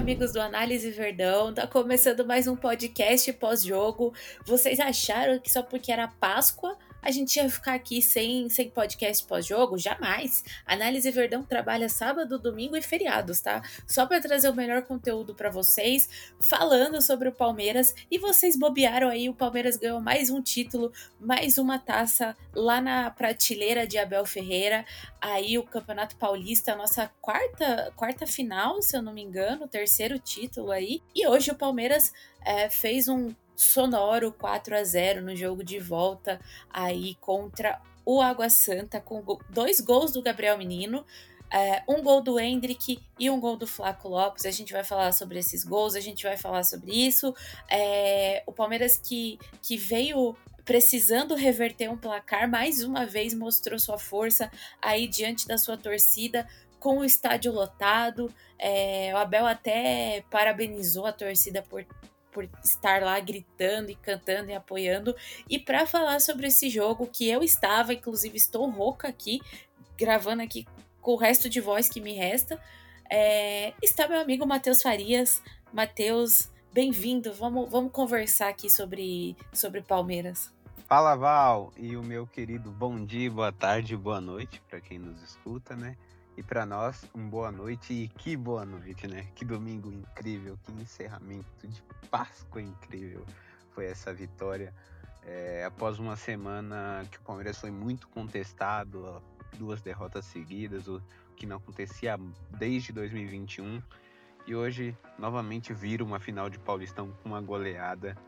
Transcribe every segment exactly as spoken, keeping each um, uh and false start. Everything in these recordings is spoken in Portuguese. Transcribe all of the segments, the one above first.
amigos do Análise Verdão, tá começando mais um podcast pós-jogo. Vocês acharam que só porque era Páscoa a gente ia ficar aqui sem, sem podcast pós-jogo? Jamais! Análise Verdão trabalha sábado, domingo e feriados, tá? Só para trazer o melhor conteúdo para vocês, falando sobre o Palmeiras. E vocês bobearam aí, o Palmeiras ganhou mais um título, mais uma taça lá na prateleira de Abel Ferreira. Aí o Campeonato Paulista, a nossa quarta, quarta final, se eu não me engano, terceiro título aí. E hoje o Palmeiras é, fez um sonoro quatro a zero no jogo de volta aí contra o Água Santa, com go- dois gols do Gabriel Menino, é, um gol do Endrick e um gol do Flaco Lopes. A gente vai falar sobre esses gols, a gente vai falar sobre isso. É, o Palmeiras que, que veio precisando reverter um placar, mais uma vez mostrou sua força aí diante da sua torcida, com o estádio lotado. É, o Abel até parabenizou a torcida por, por estar lá gritando e cantando e apoiando. E para falar sobre esse jogo que eu estava, inclusive estou rouca aqui, gravando aqui com o resto de voz que me resta, é, está meu amigo Matheus Farias. Matheus, bem-vindo, vamos, vamos conversar aqui sobre, sobre Palmeiras. Fala, Val, e o meu querido bom dia, boa tarde, boa noite para quem nos escuta, né? E para nós, um boa noite e que boa noite, né? Que domingo incrível, que encerramento de Páscoa incrível foi essa vitória. É, após uma semana que o Palmeiras foi muito contestado, duas derrotas seguidas, o que não acontecia desde dois mil e vinte e um, e hoje novamente vira uma final de Paulistão com uma goleada.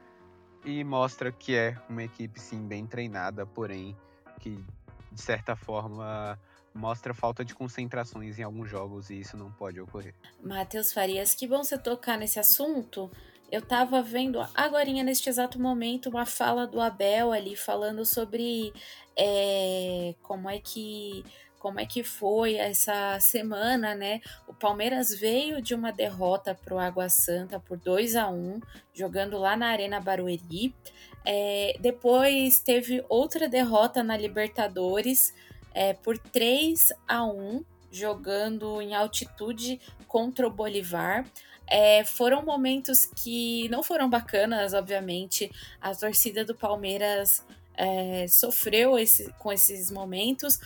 E mostra que é uma equipe, sim, bem treinada, porém que, de certa forma, mostra falta de concentrações em alguns jogos e isso não pode ocorrer. Matheus Farias, que bom você tocar nesse assunto. Eu tava vendo agorinha, neste exato momento, uma fala do Abel ali, falando sobre é, como é que como é que foi essa semana, né? O Palmeiras veio de uma derrota pro Água Santa por dois a um, jogando lá na Arena Barueri. É, depois teve outra derrota na Libertadores é, por três a um, jogando em altitude contra o Bolívar. É, foram momentos que não foram bacanas, obviamente. A torcida do Palmeiras é, sofreu esse, com esses momentos,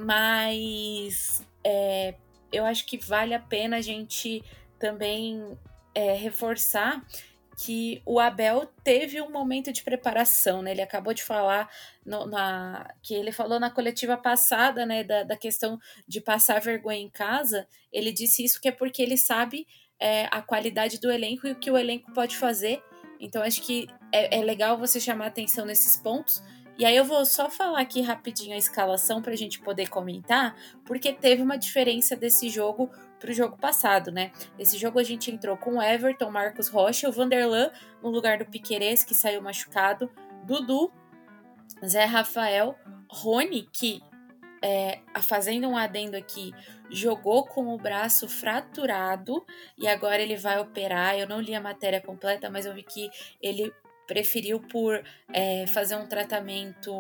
mas é, eu acho que vale a pena a gente também é, reforçar que o Abel teve um momento de preparação, né? Ele acabou de falar no, na, que ele falou na coletiva passada, né, da, da questão de passar vergonha em casa. Ele disse isso que é porque ele sabe é, a qualidade do elenco e o que o elenco pode fazer. Então acho que é, é legal você chamar atenção nesses pontos. E aí eu vou só falar aqui rapidinho a escalação para a gente poder comentar, porque teve uma diferença desse jogo para o jogo passado, né? Esse jogo a gente entrou com o Everton, Marcos Rocha, o Vanderlan no lugar do Piquerez, que saiu machucado, Dudu, Zé Rafael, Rony, que, é, fazendo um adendo aqui, jogou com o braço fraturado e agora ele vai operar. Eu não li a matéria completa, mas eu vi que ele preferiu por é, fazer um tratamento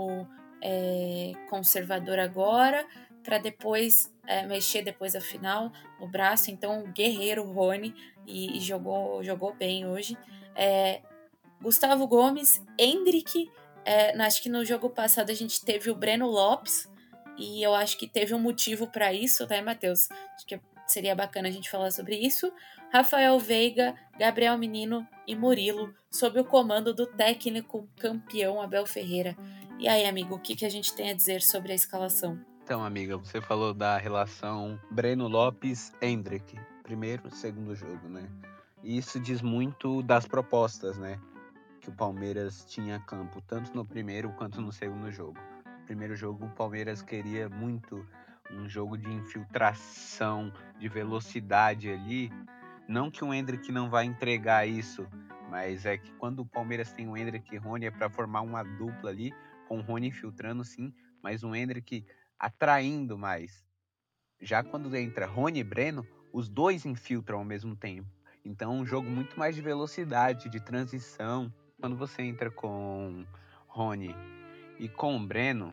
é, conservador agora, para depois é, mexer depois da final no braço. Então, guerreiro Rony, e, e jogou, jogou bem hoje. É, Gustavo Gomes, Endrick, é, acho que no jogo passado a gente teve o Breno Lopes, e eu acho que teve um motivo para isso, né, Matheus? Acho que seria bacana a gente falar sobre isso. Rafael Veiga, Gabriel Menino e Murilo, sob o comando do técnico campeão Abel Ferreira. E aí, amigo, o que, que a gente tem a dizer sobre a escalação? Então, amiga, você falou da relação Breno Lopes-Endrick, primeiro e segundo jogo, né? E isso diz muito das propostas, né? Que o Palmeiras tinha a campo, tanto no primeiro quanto no segundo jogo. No primeiro jogo, o Palmeiras queria muito um jogo de infiltração, de velocidade ali. Não que o Endrick não vai entregar isso, mas é que quando o Palmeiras tem o Endrick e Rony é para formar uma dupla ali, com o Rony infiltrando sim, mas o Endrick atraindo mais. Já quando entra Rony e Breno, os dois infiltram ao mesmo tempo. Então é um jogo muito mais de velocidade, de transição. Quando você entra com Rony e com o Breno,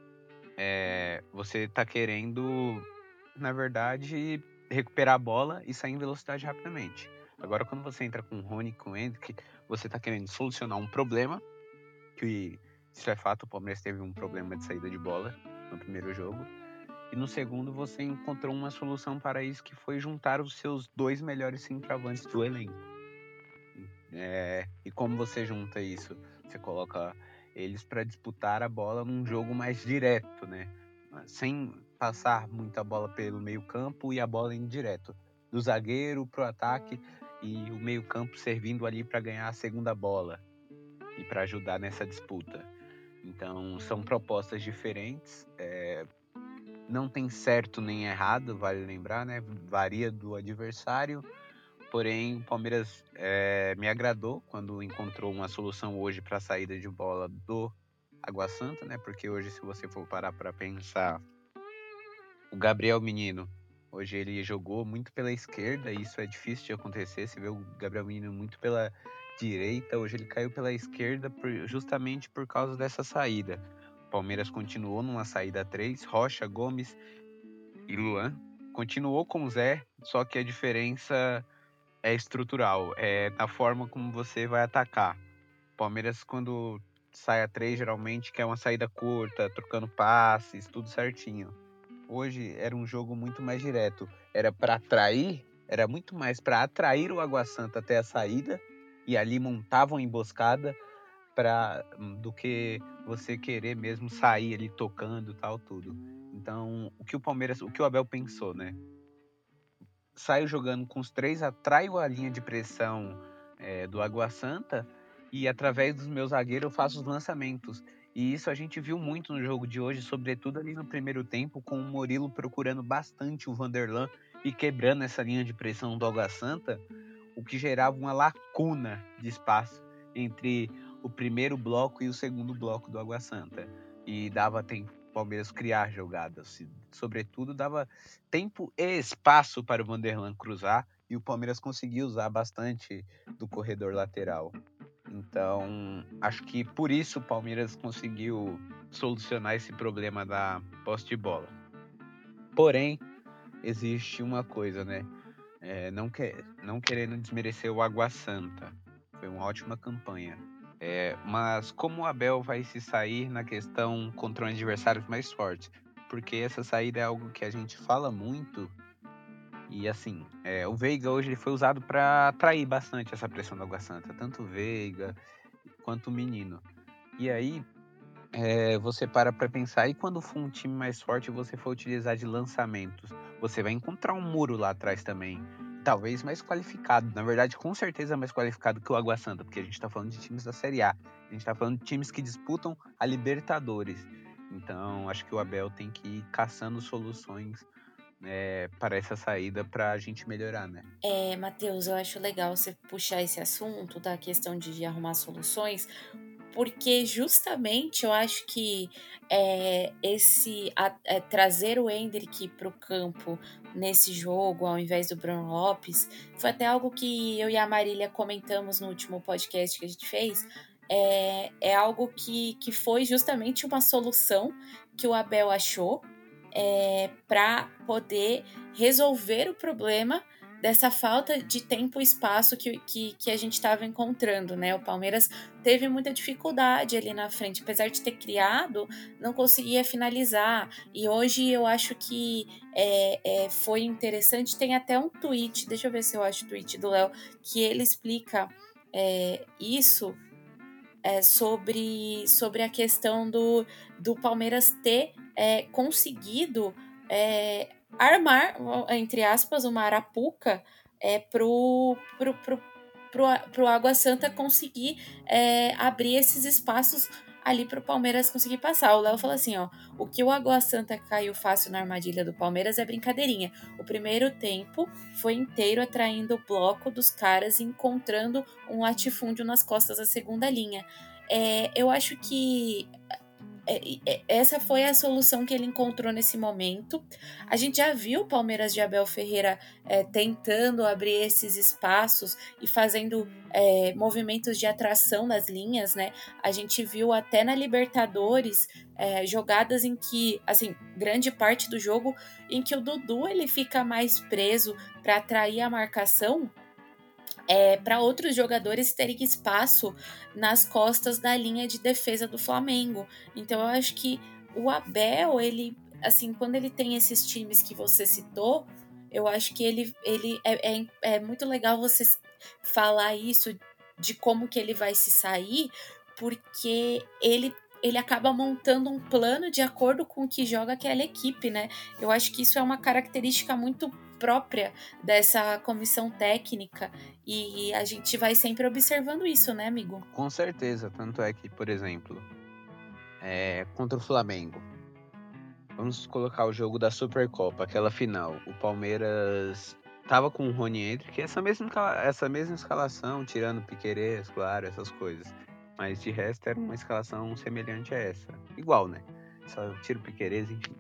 é, você está querendo, na verdade, recuperar a bola e sair em velocidade rapidamente. Agora, quando você entra com o Rony, com o Endrick, você tá querendo solucionar um problema, que isso é fato, o Palmeiras teve um problema de saída de bola no primeiro jogo, e no segundo você encontrou uma solução para isso, que foi juntar os seus dois melhores centroavantes do elenco. É, e como você junta isso? Você coloca eles para disputar a bola num jogo mais direto, né? Sem passar muita bola pelo meio campo e a bola indo direto do zagueiro pro ataque, e o meio campo servindo ali para ganhar a segunda bola e para ajudar nessa disputa. Então são propostas diferentes, é, não tem certo nem errado, vale lembrar, né? Varia do adversário. Porém, o Palmeiras é, me agradou quando encontrou uma solução hoje para a saída de bola do Água Santa, né? Porque hoje, se você for parar para pensar, o Gabriel Menino, hoje ele jogou muito pela esquerda, e isso é difícil de acontecer. Você vê o Gabriel Menino muito pela direita, hoje ele caiu pela esquerda por, justamente por causa dessa saída. O Palmeiras continuou numa saída três, Rocha, Gomes e Luan. Continuou com o Zé, só que a diferença é estrutural, é na forma como você vai atacar. Palmeiras, quando sai a três, geralmente quer uma saída curta, trocando passes, tudo certinho. Hoje era um jogo muito mais direto. Era para atrair, era muito mais para atrair o Água Santa até a saída, e ali montavam emboscada pra, do que você querer mesmo sair ali tocando, tal, tudo. Então, o que o Palmeiras, o que o Abel pensou, né? Saio jogando com os três, atraio a linha de pressão é, do Água Santa, e através dos meus zagueiros eu faço os lançamentos. E isso a gente viu muito no jogo de hoje, sobretudo ali no primeiro tempo, com o Murilo procurando bastante o Vanderlan e quebrando essa linha de pressão do Água Santa, o que gerava uma lacuna de espaço entre o primeiro bloco e o segundo bloco do Água Santa. E dava tempo para o Palmeiras criar jogadas. Sobretudo, dava tempo e espaço para o Vanderlan cruzar, e o Palmeiras conseguia usar bastante do corredor lateral. Então, acho que por isso o Palmeiras conseguiu solucionar esse problema da posse de bola. Porém, existe uma coisa, né? É, não, que, não querendo desmerecer o Água Santa. Foi uma ótima campanha. É, mas como o Abel vai se sair na questão contra adversários mais fortes? Porque essa saída é algo que a gente fala muito. E assim, é, o Veiga hoje ele foi usado para atrair bastante essa pressão do Água Santa. Tanto o Veiga quanto o Menino. E aí, é, você para para pensar, e quando for um time mais forte, você for utilizar de lançamentos, você vai encontrar um muro lá atrás também, talvez mais qualificado, na verdade com certeza mais qualificado que o Água Santa, porque a gente tá falando de times da Série A, a gente tá falando de times que disputam a Libertadores. Então acho que o Abel tem que ir caçando soluções, é, para essa saída, para a gente melhorar, né? É, Matheus, eu acho legal você puxar esse assunto da questão de arrumar soluções, porque justamente eu acho que é, esse a, é, trazer o Endrick para o campo nesse jogo, ao invés do Bruno Lopes, foi até algo que eu e a Marília comentamos no último podcast que a gente fez. É, é algo que, que foi justamente uma solução que o Abel achou é, para poder resolver o problema dessa falta de tempo e espaço que, que, que a gente estava encontrando, né? O Palmeiras teve muita dificuldade ali na frente, apesar de ter criado, não conseguia finalizar. E hoje eu acho que é, é, foi interessante. Tem até um tweet, deixa eu ver se eu acho o tweet do Léo, que ele explica é, isso. É, sobre, sobre a questão do, do Palmeiras ter é, conseguido é, armar, entre aspas, uma arapuca é, pro, pro, pro, pro, pro Água Santa conseguir é, abrir esses espaços ali para o Palmeiras conseguir passar. O Léo falou assim, ó, o que o Água Santa caiu fácil na armadilha do Palmeiras é brincadeirinha. O primeiro tempo foi inteiro atraindo o bloco dos caras e encontrando um latifúndio nas costas da segunda linha. É, eu acho que essa foi a solução que ele encontrou nesse momento. A gente já viu o Palmeiras de Abel Ferreira é, tentando abrir esses espaços e fazendo é, movimentos de atração nas linhas, né? A gente viu até na Libertadores é, jogadas em que, assim, grande parte do jogo em que o Dudu ele fica mais preso para atrair a marcação é, para outros jogadores terem espaço nas costas da linha de defesa do Flamengo. Então eu acho que o Abel, ele, assim, quando ele tem esses times que você citou, eu acho que ele, ele é, é, é muito legal você falar isso de como que ele vai se sair, porque ele ele acaba montando um plano de acordo com o que joga aquela equipe, né? Eu acho que isso é uma característica muito própria dessa comissão técnica e a gente vai sempre observando isso, né, amigo? Com certeza, tanto é que, por exemplo, é, contra o Flamengo, vamos colocar o jogo da Supercopa, aquela final, o Palmeiras tava com o Rony Endrick, essa mesma, essa mesma escalação, tirando Piquerez, claro, essas coisas. Mas de resto era uma escalação semelhante a essa. Igual, né? Só tiro Piquerez, enfim.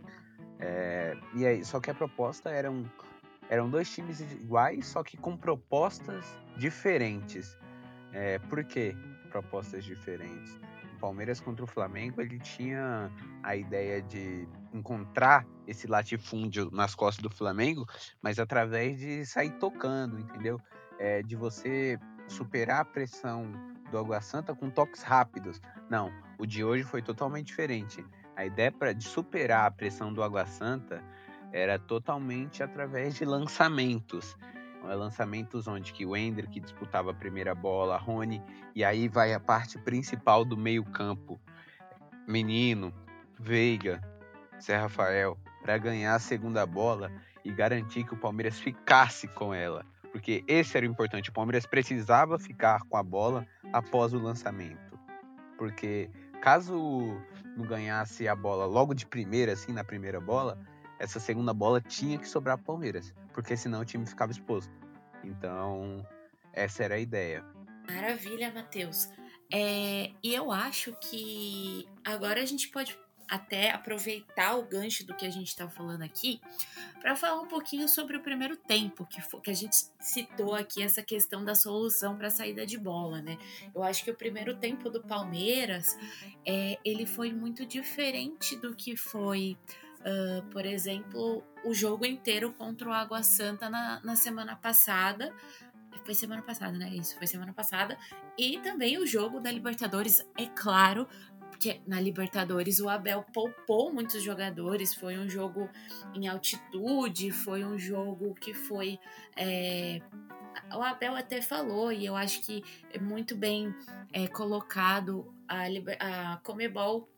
É, e aí, só que a proposta eram, eram dois times iguais, só que com propostas diferentes. É, por que propostas diferentes? O Palmeiras contra o Flamengo, ele tinha a ideia de encontrar esse latifúndio nas costas do Flamengo, mas através de sair tocando, entendeu? É, de você superar a pressão do Água Santa com toques rápidos. Não, o de hoje foi totalmente diferente. A ideia pra, de superar a pressão do Água Santa era totalmente através de lançamentos. Lançamentos onde que o Endrick disputava a primeira bola, Rony, e aí vai a parte principal do meio campo. Menino, Veiga, Zé Rafael, para ganhar a segunda bola e garantir que o Palmeiras ficasse com ela. Porque esse era o importante, o Palmeiras precisava ficar com a bola após o lançamento. Porque caso não ganhasse a bola logo de primeira, assim, na primeira bola, essa segunda bola tinha que sobrar para o Palmeiras, porque senão o time ficava exposto. Então, essa era a ideia. Maravilha, Matheus. É, e eu acho que agora a gente pode até aproveitar o gancho do que a gente está falando aqui para falar um pouquinho sobre o primeiro tempo, que, foi, que a gente citou aqui essa questão da solução para a saída de bola, né? Eu acho que o primeiro tempo do Palmeiras, é, ele foi muito diferente do que foi, uh, por exemplo, o jogo inteiro contra o Água Santa na, na semana passada. Foi semana passada, né? Isso, foi semana passada. E também o jogo da Libertadores, é claro, porque na Libertadores o Abel poupou muitos jogadores, foi um jogo em altitude, foi um jogo que foi... É, o Abel até falou, e eu acho que é muito bem é, colocado, a, a Conmebol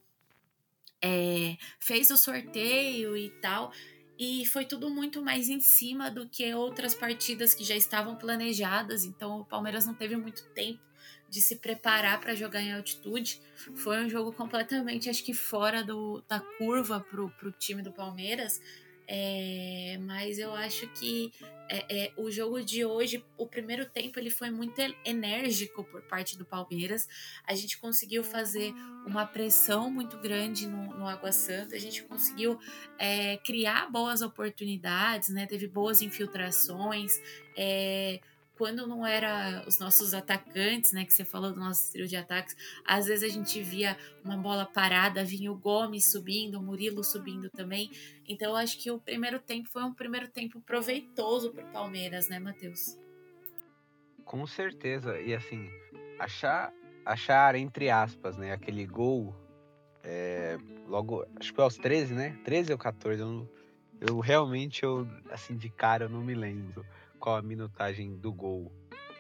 é, fez o sorteio e tal, e foi tudo muito mais em cima do que outras partidas que já estavam planejadas, então o Palmeiras não teve muito tempo de se preparar para jogar em altitude. Foi um jogo completamente, acho que fora do, da curva pro, pro time do Palmeiras, é, mas eu acho que é, é, o jogo de hoje, o primeiro tempo, ele foi muito enérgico por parte do Palmeiras. A gente conseguiu fazer uma pressão muito grande no, no Água Santa, a gente conseguiu é, criar boas oportunidades, né? Teve boas infiltrações, é, quando não era os nossos atacantes, né, que você falou do nosso trio de ataques, às vezes a gente via uma bola parada, vinha o Gomes subindo, o Murilo subindo também. Então eu acho que o primeiro tempo foi um primeiro tempo proveitoso para o Palmeiras, né, Matheus? Com certeza. E assim, achar, achar entre aspas, né, aquele gol, é, logo, acho que foi aos treze, né? treze ou quatorze, eu, não, eu realmente, eu, assim, de cara, eu não me lembro qual a minutagem do gol.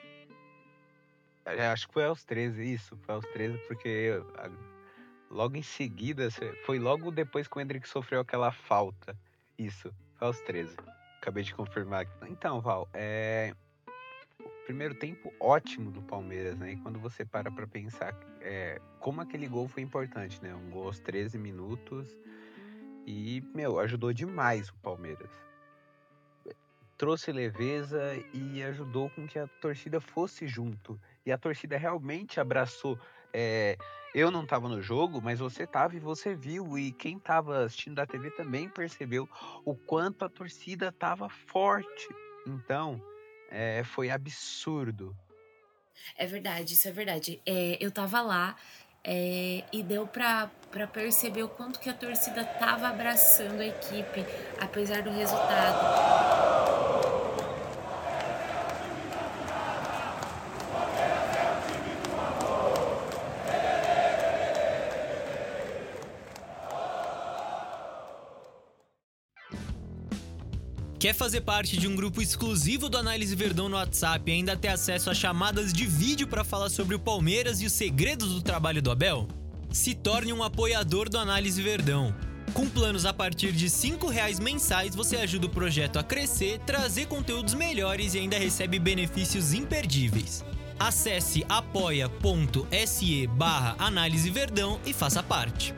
Acho que foi aos treze, isso, foi aos treze, porque logo em seguida, foi logo depois que o Endrick sofreu aquela falta. Isso, foi aos treze. Acabei de confirmar. Então, Val, é... o primeiro tempo ótimo do Palmeiras, né? E quando você para pra pensar é... como aquele gol foi importante, né? Um gol aos treze minutos e, meu, ajudou demais o Palmeiras. Trouxe leveza e ajudou com que a torcida fosse junto. E a torcida realmente abraçou. É, eu não estava no jogo, mas você estava e você viu. E quem estava assistindo da T V também percebeu o quanto a torcida estava forte. Então, é, foi absurdo. É verdade, isso é verdade. É, eu tava lá é, e deu pra, pra perceber o quanto que a torcida tava abraçando a equipe, apesar do resultado. Quer fazer parte de um grupo exclusivo do Análise Verdão no WhatsApp e ainda ter acesso a chamadas de vídeo para falar sobre o Palmeiras e os segredos do trabalho do Abel? Se torne um apoiador do Análise Verdão. Com planos a partir de cinco reais mensais, você ajuda o projeto a crescer, trazer conteúdos melhores e ainda recebe benefícios imperdíveis. Acesse apoia.se barra Análise Verdão e faça parte.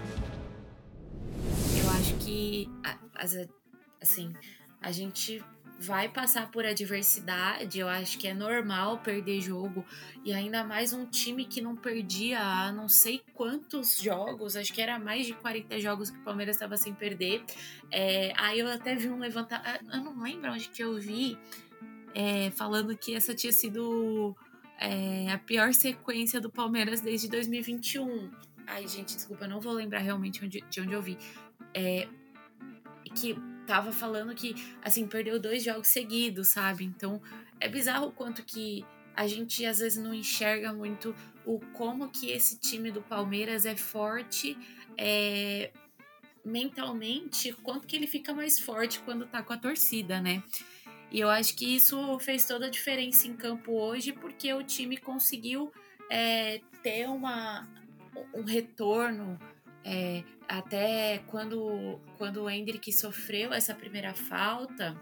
Eu acho que, assim, a gente vai passar por adversidade, eu acho que é normal perder jogo, e ainda mais um time que não perdia há não sei quantos jogos, acho que era mais de quarenta jogos que o Palmeiras estava sem perder. É, aí eu até vi um levantar, eu não lembro onde que eu vi, é, falando que essa tinha sido é, a pior sequência do Palmeiras desde dois mil e vinte e um. Ai, gente, desculpa, eu não vou lembrar realmente onde, de onde eu vi. É, que tava falando que, assim, perdeu dois jogos seguidos, sabe? Então, é bizarro o quanto que a gente, às vezes, não enxerga muito o como que esse time do Palmeiras é forte é, mentalmente, quanto que ele fica mais forte quando tá com a torcida, né? E eu acho que isso fez toda a diferença em campo hoje, porque o time conseguiu é, ter uma, um retorno. É, até quando, quando o Endrick sofreu essa primeira falta,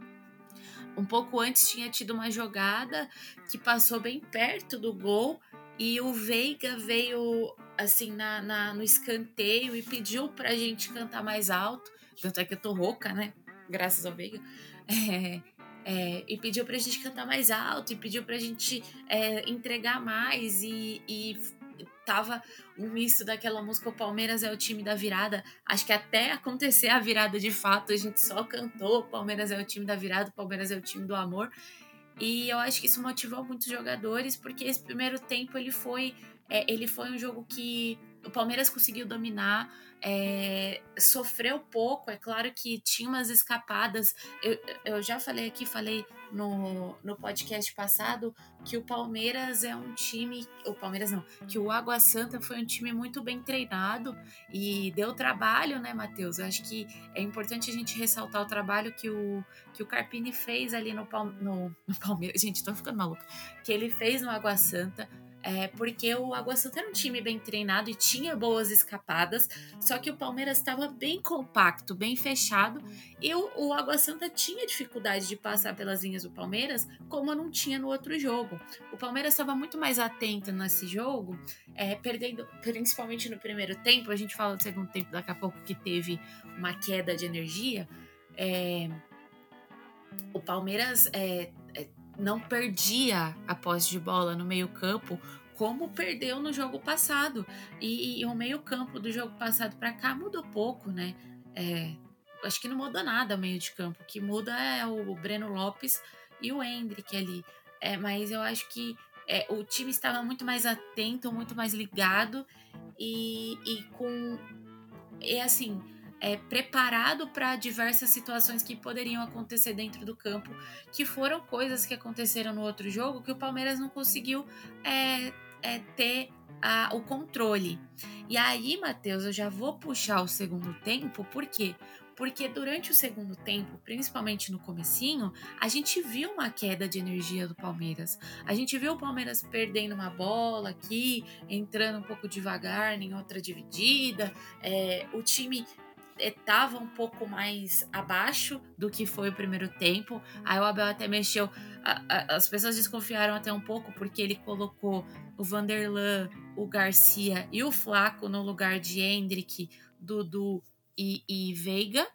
um pouco antes tinha tido uma jogada que passou bem perto do gol e o Veiga veio assim na, na, no escanteio e pediu pra gente cantar mais alto, tanto é que eu tô rouca, né, graças ao Veiga, é, é, e pediu pra gente cantar mais alto e pediu pra gente é, entregar mais e, e tava um misto daquela música O Palmeiras é o time da virada. Acho que até acontecer a virada de fato, a gente só cantou O Palmeiras é o time da virada, o Palmeiras é o time do amor. E eu acho que isso motivou muitos jogadores, porque esse primeiro tempo ele foi, é, ele foi um jogo que o Palmeiras conseguiu dominar, é, sofreu pouco, é claro que tinha umas escapadas. Eu, eu já falei aqui, falei no, no podcast passado que o Palmeiras é um time, o Palmeiras não, que o Água Santa foi um time muito bem treinado e deu trabalho, né, Matheus? Eu acho que é importante a gente ressaltar o trabalho que o, que o Carpini fez ali no, no, no Palmeiras, gente, tô ficando maluca, que ele fez no Água Santa. É, porque o Água Santa era um time bem treinado e tinha boas escapadas, só que o Palmeiras estava bem compacto, bem fechado, e o, o Água Santa tinha dificuldade de passar pelas linhas do Palmeiras, como não tinha no outro jogo. O Palmeiras estava muito mais atento nesse jogo, é, perdendo, principalmente no primeiro tempo. A gente fala do segundo tempo daqui a pouco, que teve uma queda de energia. É, o Palmeiras é, é, não perdia a posse de bola no meio-campo como perdeu no jogo passado. E, e o meio-campo do jogo passado para cá mudou pouco, né? É, acho que não muda nada o meio de campo. O que muda é o Breno Lopes e o Endrick ali. É, mas eu acho que é, o time estava muito mais atento, muito mais ligado e, e com. E assim. É, preparado para diversas situações que poderiam acontecer dentro do campo, que foram coisas que aconteceram no outro jogo que o Palmeiras não conseguiu é, é, ter a, o controle. E aí, Matheus, eu já vou puxar o segundo tempo, por quê? Porque durante o segundo tempo, principalmente no comecinho, a gente viu uma queda de energia do Palmeiras. A gente viu o Palmeiras perdendo uma bola aqui, entrando um pouco devagar em outra dividida, é, o time estava um pouco mais abaixo do que foi o primeiro tempo. Aí o Abel até mexeu, a, a, as pessoas desconfiaram até um pouco porque ele colocou o Vanderlan, o Garcia e o Flaco no lugar de Endrick, Dudu e, e Veiga.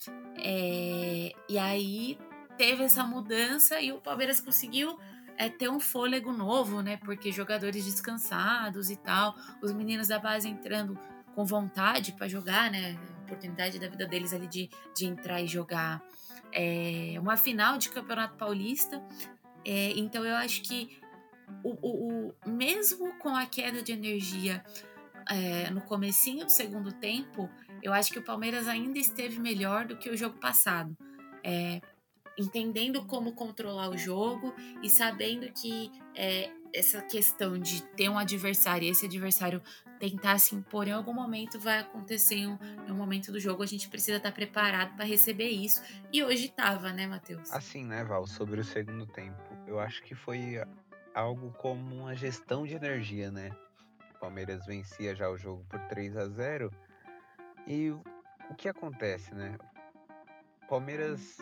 É, e aí teve essa mudança e o Palmeiras conseguiu é, ter um fôlego novo, né? Porque jogadores descansados e tal, os meninos da base entrando com vontade para jogar, né? Oportunidade da vida deles ali de, de entrar e jogar é, uma final de Campeonato Paulista. É, então eu acho que o, o, o, mesmo com a queda de energia é, no comecinho do segundo tempo, eu acho que o Palmeiras ainda esteve melhor do que o jogo passado. É, entendendo como controlar o jogo e sabendo que é, essa questão de ter um adversário e esse adversário tentar se impor em algum momento vai acontecer em um, em um momento do jogo, a gente precisa estar preparado para receber isso, e hoje tava, né, Matheus? Assim, né, Val, sobre o segundo tempo, eu acho que foi algo como uma gestão de energia, né? O Palmeiras vencia já o jogo por três a zero e o que acontece, né? O Palmeiras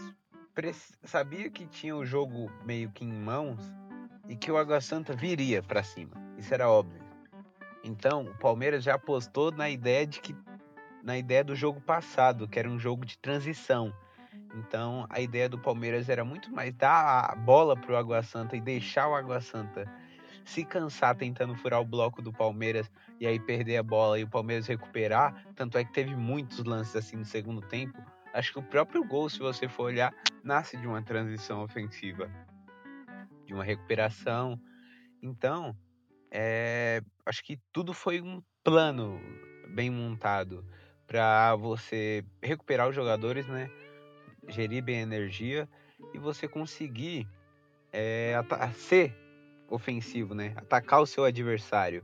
sabia que tinha o jogo meio que em mãos e que o Água Santa viria para cima. Isso era óbvio. Então, o Palmeiras já apostou na ideia de que na ideia do jogo passado, que era um jogo de transição. Então, a ideia do Palmeiras era muito mais dar a bola pro Água Santa e deixar o Água Santa se cansar tentando furar o bloco do Palmeiras e aí perder a bola e o Palmeiras recuperar. Tanto é que teve muitos lances assim no segundo tempo. Acho que o próprio gol, se você for olhar, nasce de uma transição ofensiva, de uma recuperação. Então, é, acho que tudo foi um plano bem montado para você recuperar os jogadores, né? Gerir bem a energia e você conseguir é, ser ofensivo, né? Atacar o seu adversário.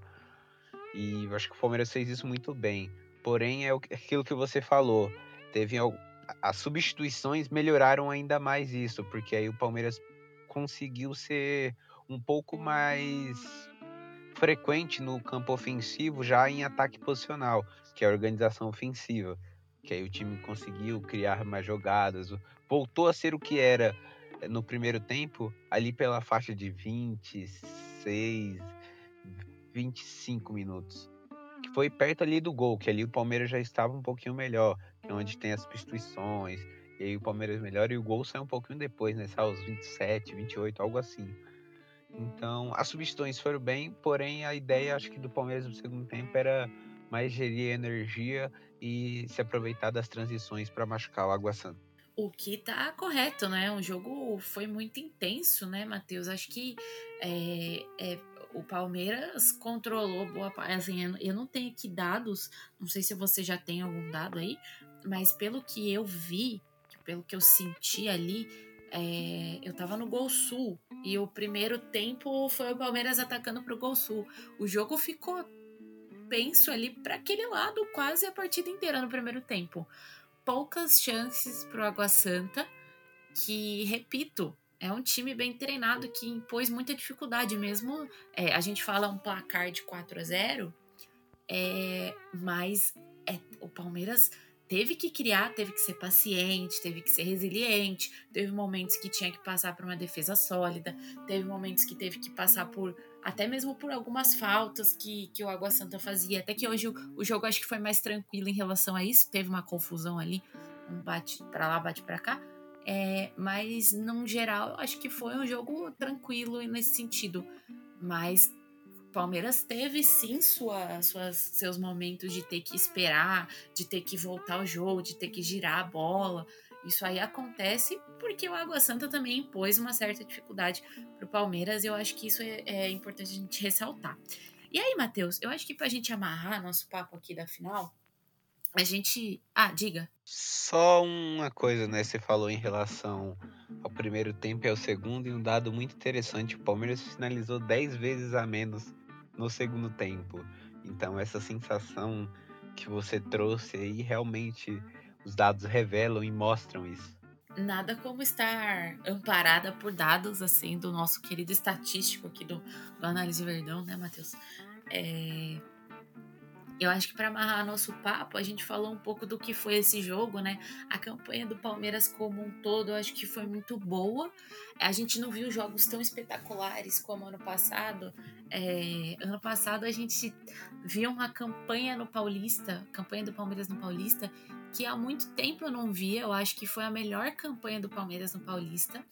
E eu acho que o Palmeiras fez isso muito bem. Porém, é aquilo que você falou. Teve as substituições melhoraram ainda mais isso, porque aí o Palmeiras conseguiu ser um pouco mais frequente no campo ofensivo, já em ataque posicional, que é a organização ofensiva. Que aí o time conseguiu criar mais jogadas, voltou a ser o que era no primeiro tempo, ali pela faixa de vinte e seis, vinte e cinco minutos. Que foi perto ali do gol, que ali o Palmeiras já estava um pouquinho melhor, que é onde tem as substituições, e aí o Palmeiras melhora e o gol sai um pouquinho depois, né? Sai aos vinte e sete, vinte e oito, algo assim. Então, as substituições foram bem, porém a ideia, acho que do Palmeiras no segundo tempo era mais gerir a energia e se aproveitar das transições para machucar o Água Santa. O que tá correto, né? O jogo foi muito intenso, né, Matheus? Acho que é, é, o Palmeiras controlou boa parte. Assim, eu não tenho aqui dados, não sei se você já tem algum dado aí, mas pelo que eu vi, pelo que eu senti ali, é, eu tava no Gol Sul e o primeiro tempo foi o Palmeiras atacando pro Gol Sul. O jogo ficou tenso ali para aquele lado quase a partida inteira no primeiro tempo. Poucas chances pro Água Santa, que, repito, é um time bem treinado que impôs muita dificuldade mesmo. É, a gente fala um placar de quatro a zero, é, mas é, o Palmeiras teve que criar, teve que ser paciente, teve que ser resiliente, teve momentos que tinha que passar por uma defesa sólida, teve momentos que teve que passar por até mesmo por algumas faltas que, que o Água Santa fazia, até que hoje o, o jogo acho que foi mais tranquilo em relação a isso, teve uma confusão ali, um bate pra lá, bate pra cá, é, mas no geral acho que foi um jogo tranquilo nesse sentido, mas Palmeiras teve sim sua, suas, seus momentos de ter que esperar, de ter que voltar ao jogo, de ter que girar a bola. Isso aí acontece porque o Água Santa também impôs uma certa dificuldade para o Palmeiras e eu acho que isso é, é importante a gente ressaltar. E aí, Matheus, eu acho que para a gente amarrar nosso papo aqui da final, a gente... Ah, diga. Só uma coisa, né? Você falou em relação ao primeiro tempo e ao segundo, e um dado muito interessante: o Palmeiras finalizou dez vezes a menos no segundo tempo. Então, essa sensação que você trouxe aí, realmente os dados revelam e mostram isso. Nada como estar amparada por dados, assim, do nosso querido estatístico aqui do, do Análise Verdão, né, Matheus? É... Eu acho que para amarrar nosso papo, a gente falou um pouco do que foi esse jogo, né? A campanha do Palmeiras como um todo, eu acho que foi muito boa. A gente não viu jogos tão espetaculares como ano passado. É, ano passado a gente viu uma campanha no Paulista, campanha do Palmeiras no Paulista, que há muito tempo eu não via. Eu acho que foi a melhor campanha do Palmeiras no Paulista,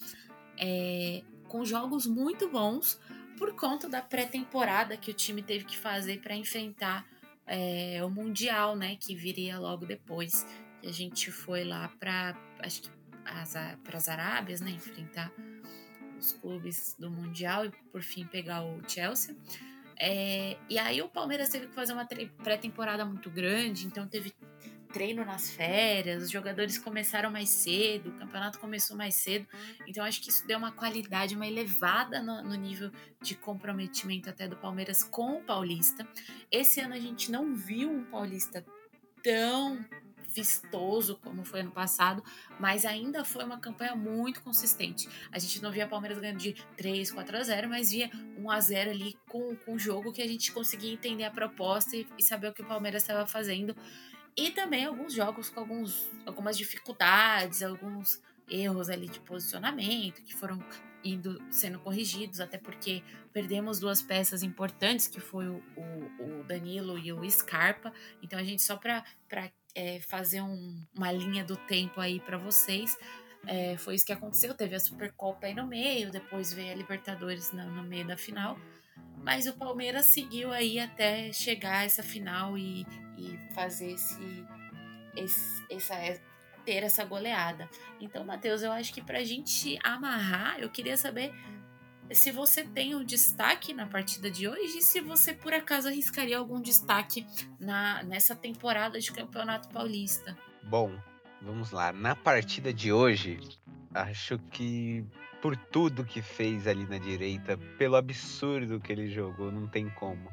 é, com jogos muito bons, por conta da pré-temporada que o time teve que fazer para enfrentar É, o Mundial, né, que viria logo depois, que a gente foi lá para acho que para as Arábias, né, enfrentar os clubes do Mundial e por fim pegar o Chelsea. É, e aí o Palmeiras teve que fazer uma pré-temporada muito grande, então teve treino nas férias, os jogadores começaram mais cedo, o campeonato começou mais cedo, então acho que isso deu uma qualidade, uma elevada no, no nível de comprometimento até do Palmeiras com o Paulista. Esse ano a gente não viu um Paulista tão vistoso como foi ano passado, mas ainda foi uma campanha muito consistente. A gente não via o Palmeiras ganhando de três, quatro a zero, mas via um a zero ali com, com o jogo que a gente conseguia entender a proposta e, e saber o que o Palmeiras estava fazendo. E também alguns jogos com alguns, algumas dificuldades, alguns erros ali de posicionamento que foram indo sendo corrigidos, até porque perdemos duas peças importantes, que foi o, o, o Danilo e o Scarpa. Então a gente, só para é, fazer um, uma linha do tempo aí para vocês, é, foi isso que aconteceu. Teve a Supercopa aí no meio, depois veio a Libertadores no, no meio da final, mas o Palmeiras seguiu aí até chegar a essa final e, e fazer esse, esse, essa, ter essa goleada. Então, Matheus, eu acho que pra gente amarrar, eu queria saber se você tem um destaque na partida de hoje e se você, por acaso, arriscaria algum destaque na, nessa temporada de Campeonato Paulista. Bom, vamos lá. Na partida de hoje, acho que por tudo que fez ali na direita, pelo absurdo que ele jogou, não tem como.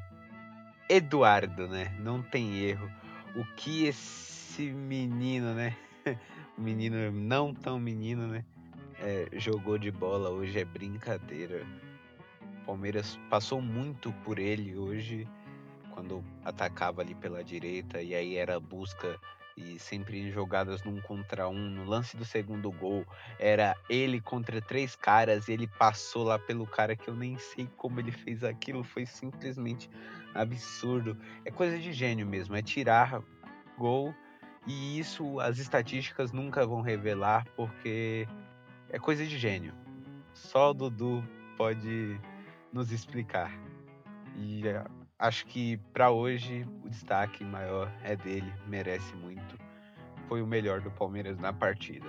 Eduardo, né? Não tem erro. O que esse menino, né? Menino não tão menino, né? É, jogou de bola hoje é brincadeira. O Palmeiras passou muito por ele hoje, quando atacava ali pela direita, e aí era busca e sempre em jogadas num contra um. No lance do segundo gol, era ele contra três caras e ele passou lá pelo cara, que eu nem sei como ele fez aquilo, foi simplesmente absurdo. É coisa de gênio mesmo, é tirar gol, e isso as estatísticas nunca vão revelar, porque é coisa de gênio. Só o Dudu pode nos explicar. E acho que para hoje o destaque maior é dele, merece muito. Foi o melhor do Palmeiras na partida.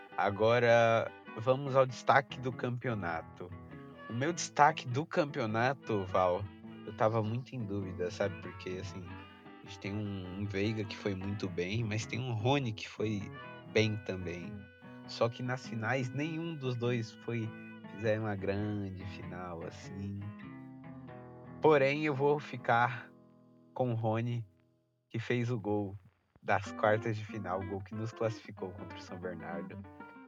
Agora vamos ao destaque do campeonato. O meu destaque do campeonato, Val, eu tava muito em dúvida, sabe? Porque assim, a gente tem um, um Veiga que foi muito bem, mas tem um Rony que foi bem também. Só que nas finais nenhum dos dois foi fizeram uma grande final assim. Porém, eu vou ficar com o Rony, que fez o gol das quartas de final, o gol que nos classificou contra o São Bernardo.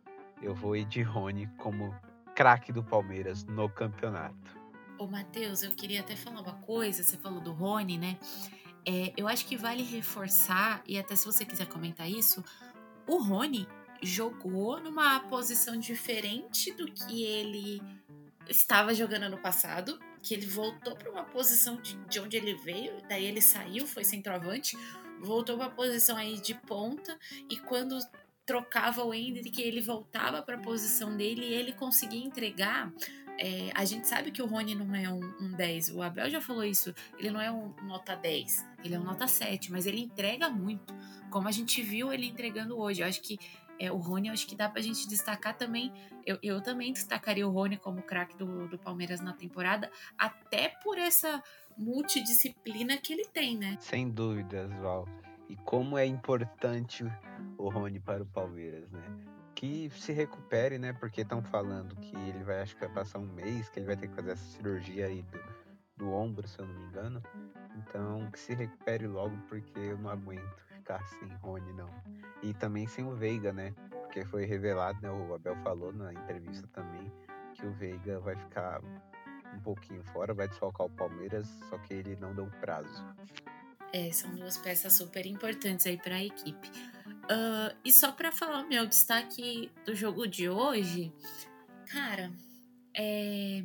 Eu vou ir de Rony como craque do Palmeiras no campeonato. Ô, Matheus, eu queria até falar uma coisa. Você falou do Rony, né? É, eu acho que vale reforçar, e até se você quiser comentar isso, o Rony jogou numa posição diferente do que ele estava jogando ano passado, que ele voltou para uma posição de, de onde ele veio, daí ele saiu, foi centroavante, voltou para a posição aí de ponta, e quando trocava o Endrick, ele voltava para a posição dele e ele conseguia entregar. É, a gente sabe que o Rony não é um, um dez, o Abel já falou isso, ele não é um nota dez, ele é um nota sete, mas ele entrega muito, como a gente viu ele entregando hoje. Eu acho que é, o Rony, eu acho que dá pra gente destacar também. Eu, eu também destacaria o Rony como craque do, do Palmeiras na temporada, até por essa multidisciplina que ele tem, né? Sem dúvidas, Val. E como é importante o Rony para o Palmeiras, né? Que se recupere, né? Porque estão falando que ele vai, acho que vai passar um mês, que ele vai ter que fazer essa cirurgia aí do, do ombro, se eu não me engano. Então, que se recupere logo, porque eu não aguento ficar sem Rony, não. E também sem o Veiga, né? Porque foi revelado, né? O Abel falou na entrevista também que o Veiga vai ficar um pouquinho fora, vai desfalcar o Palmeiras, só que ele não deu prazo. É, são duas peças super importantes aí para a equipe. Uh, e só para falar o meu destaque do jogo de hoje, cara, é...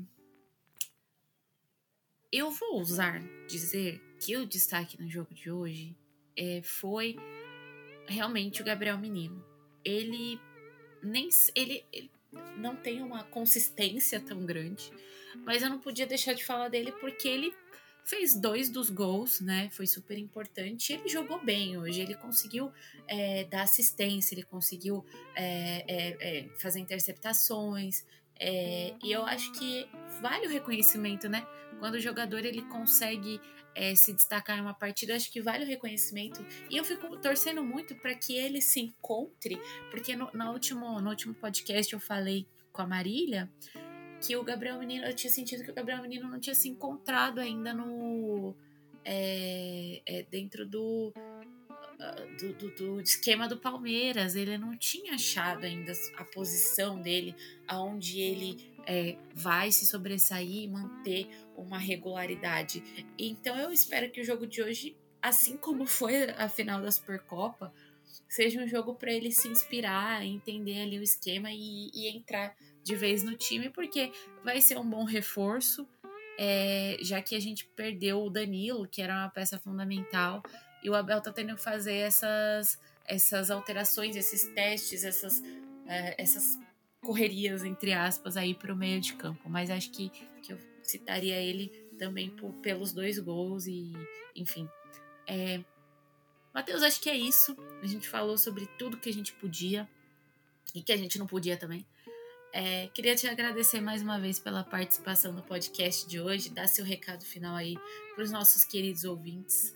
eu vou ousar dizer que o destaque no jogo de hoje é, foi realmente o Gabriel Menino. Ele nem ele, ele não tem uma consistência tão grande, mas eu não podia deixar de falar dele porque ele fez dois dos gols, né? Foi super importante. Ele jogou bem hoje. Ele conseguiu é, dar assistência, ele conseguiu é, é, é, fazer interceptações. É, e eu acho que vale o reconhecimento, né? Quando o jogador ele consegue é, se destacar em uma partida, acho que vale o reconhecimento. E eu fico torcendo muito para que ele se encontre, porque no, no, último, no último podcast eu falei com a Marília que o Gabriel Menino, eu tinha sentido que o Gabriel Menino não tinha se encontrado ainda no é, é, dentro do Do, do, do esquema do Palmeiras. Ele não tinha achado ainda a posição dele, aonde ele é, vai se sobressair e manter uma regularidade. Então eu espero que o jogo de hoje, assim como foi a final da Supercopa, seja um jogo para ele se inspirar, entender ali o esquema e, e entrar de vez no time, porque vai ser um bom reforço, é, já que a gente perdeu o Danilo, que era uma peça fundamental, e o Abel tá tendo que fazer essas, essas alterações, esses testes, essas, é, essas correrias, entre aspas, aí pro meio de campo. Mas acho que, que eu citaria ele também por, pelos dois gols e, enfim. É, Matheus, acho que é isso. A gente falou sobre tudo que a gente podia e que a gente não podia também. É, queria te agradecer mais uma vez pela participação no podcast de hoje. Dar seu recado final aí para os nossos queridos ouvintes.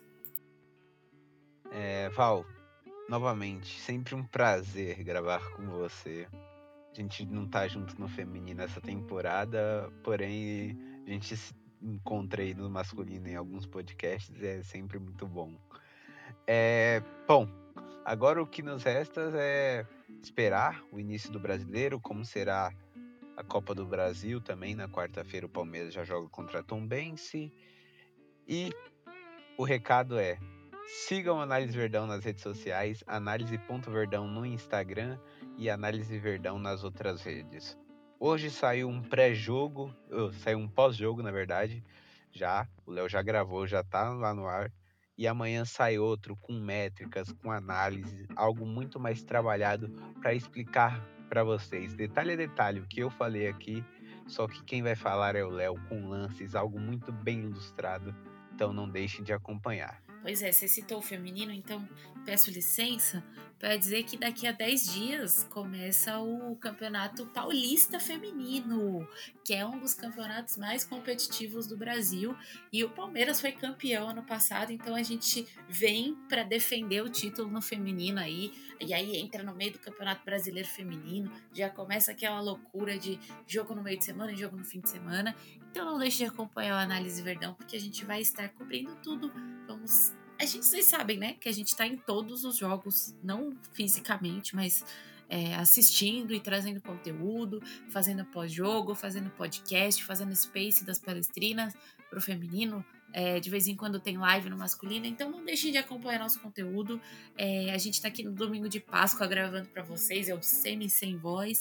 É, Val, novamente, sempre um prazer gravar com você. A gente não tá junto no feminino essa temporada, porém a gente se encontra aí no masculino em alguns podcasts, é sempre muito bom. É, bom, agora o que nos resta é esperar o início do Brasileiro, como será a Copa do Brasil também. Na quarta-feira o Palmeiras já joga contra a Tombense. E o recado é: sigam a Análise Verdão nas redes sociais, análise.verdão no Instagram e Análise Verdão nas outras redes. Hoje saiu um pré-jogo, oh, saiu um pós-jogo, na verdade, já, o Léo já gravou, já tá lá no ar, e amanhã sai outro com métricas, com análise, algo muito mais trabalhado para explicar para vocês, detalhe a detalhe, o que eu falei aqui, só que quem vai falar é o Léo, com lances, algo muito bem ilustrado. Então não deixem de acompanhar. Pois é, você citou o feminino, então peço licença para dizer que daqui a dez dias começa o Campeonato Paulista Feminino, que é um dos campeonatos mais competitivos do Brasil, e o Palmeiras foi campeão ano passado, então a gente vem para defender o título no feminino aí, e aí entra no meio do Campeonato Brasileiro Feminino, já começa aquela loucura de jogo no meio de semana e jogo no fim de semana. Então não deixe de acompanhar o Análise Verdão, porque a gente vai estar cobrindo tudo. Vamos... A gente, vocês sabem, né, que a gente está em todos os jogos, não fisicamente, mas é, assistindo e trazendo conteúdo, fazendo pós-jogo, fazendo podcast, fazendo space das palestrinas pro feminino. É, de vez em quando tem live no masculino, então não deixem de acompanhar nosso conteúdo. É, a gente tá aqui no domingo de Páscoa gravando para vocês, é o Semi Sem Voz.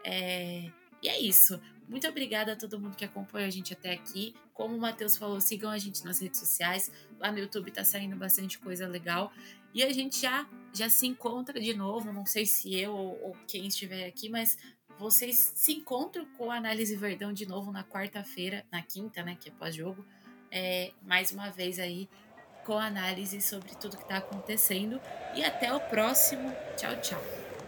É, e é isso. Muito obrigada a todo mundo que acompanha a gente até aqui. Como o Matheus falou, sigam a gente nas redes sociais. Lá no YouTube tá saindo bastante coisa legal. E a gente já, já se encontra de novo. Não sei se eu ou, ou quem estiver aqui, mas vocês se encontram com a Análise Verdão de novo na quarta-feira, na quinta, né, que é pós-jogo. É, mais uma vez aí com análise sobre tudo que está acontecendo. E até o próximo. Tchau, tchau.